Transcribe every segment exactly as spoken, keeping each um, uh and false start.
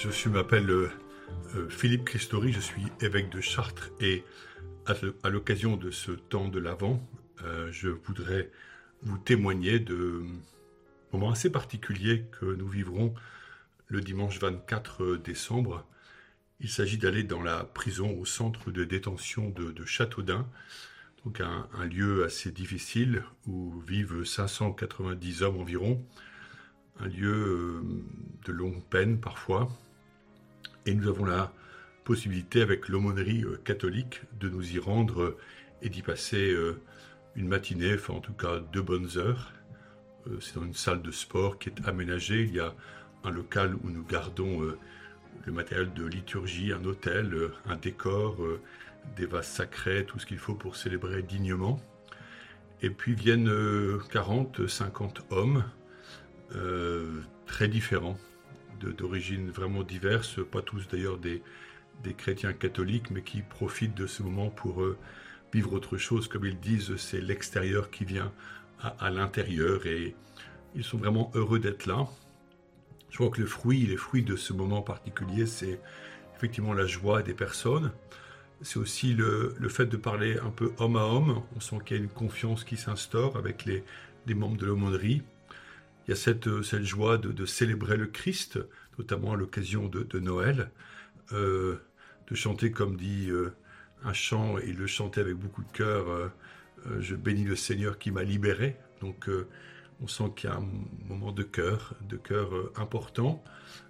Je suis, m'appelle euh, euh, Philippe Christori, je suis évêque de Chartres et à, à l'occasion de ce temps de l'Avent, euh, je voudrais vous témoigner de moments assez particuliers que nous vivrons le dimanche vingt-quatre décembre. Il s'agit d'aller dans la prison au centre de détention de, de Châteaudun, donc un, un lieu assez difficile où vivent cinq cent quatre-vingt-dix hommes environ, un lieu euh, de longue peine parfois. Et nous avons la possibilité, avec l'aumônerie euh, catholique, de nous y rendre euh, et d'y passer euh, une matinée, enfin en tout cas deux bonnes heures. Euh, c'est dans une salle de sport qui est aménagée. Il y a un local où nous gardons euh, le matériel de liturgie, un autel, euh, un décor, euh, des vases sacrés, tout ce qu'il faut pour célébrer dignement. Et puis viennent euh, quarante, cinquante hommes, euh, très différents, de, d'origines vraiment diverses, pas tous d'ailleurs des, des chrétiens catholiques, mais qui profitent de ce moment pour euh, vivre autre chose. Comme ils disent, c'est l'extérieur qui vient à, à l'intérieur, et ils sont vraiment heureux d'être là. Je crois que le fruit, les fruits de ce moment particulier, c'est effectivement la joie des personnes. C'est aussi le, le fait de parler un peu homme à homme. On sent qu'il y a une confiance qui s'instaure avec les, les membres de l'aumônerie. Il y a cette, cette joie de, de célébrer le Christ, notamment à l'occasion de, de Noël, euh, de chanter, comme dit euh, un chant, et le chanter avec beaucoup de cœur, euh, euh, je bénis le Seigneur qui m'a libéré. Donc euh, on sent qu'il y a un moment de cœur, de cœur euh, important.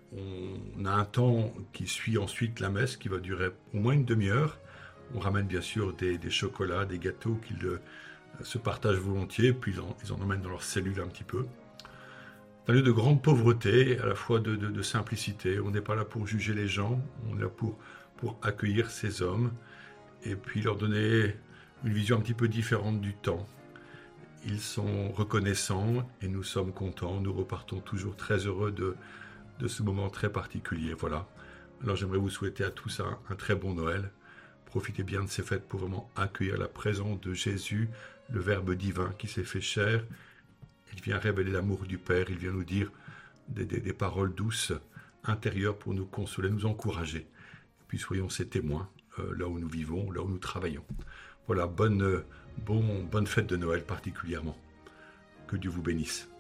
On a un temps qui suit ensuite la messe, qui va durer au moins une demi-heure. On ramène bien sûr des, des chocolats, des gâteaux qu'ils euh, se partagent volontiers, puis ils en, ils en emmènent dans leur cellule un petit peu. C'est un lieu de grande pauvreté, à la fois de, de, de simplicité. On n'est pas là pour juger les gens, on est là pour, pour accueillir ces hommes et puis leur donner une vision un petit peu différente du temps. Ils sont reconnaissants et nous sommes contents. Nous repartons toujours très heureux de, de ce moment très particulier. Voilà. Alors j'aimerais vous souhaiter à tous un, un très bon Noël. Profitez bien de ces fêtes pour vraiment accueillir la présence de Jésus, le Verbe divin qui s'est fait chair. Il vient révéler l'amour du Père, il vient nous dire des, des, des paroles douces, intérieures pour nous consoler, nous encourager. Et puis soyons ces témoins, euh, là où nous vivons, là où nous travaillons. Voilà, bonne, bon, bonne fête de Noël particulièrement. Que Dieu vous bénisse.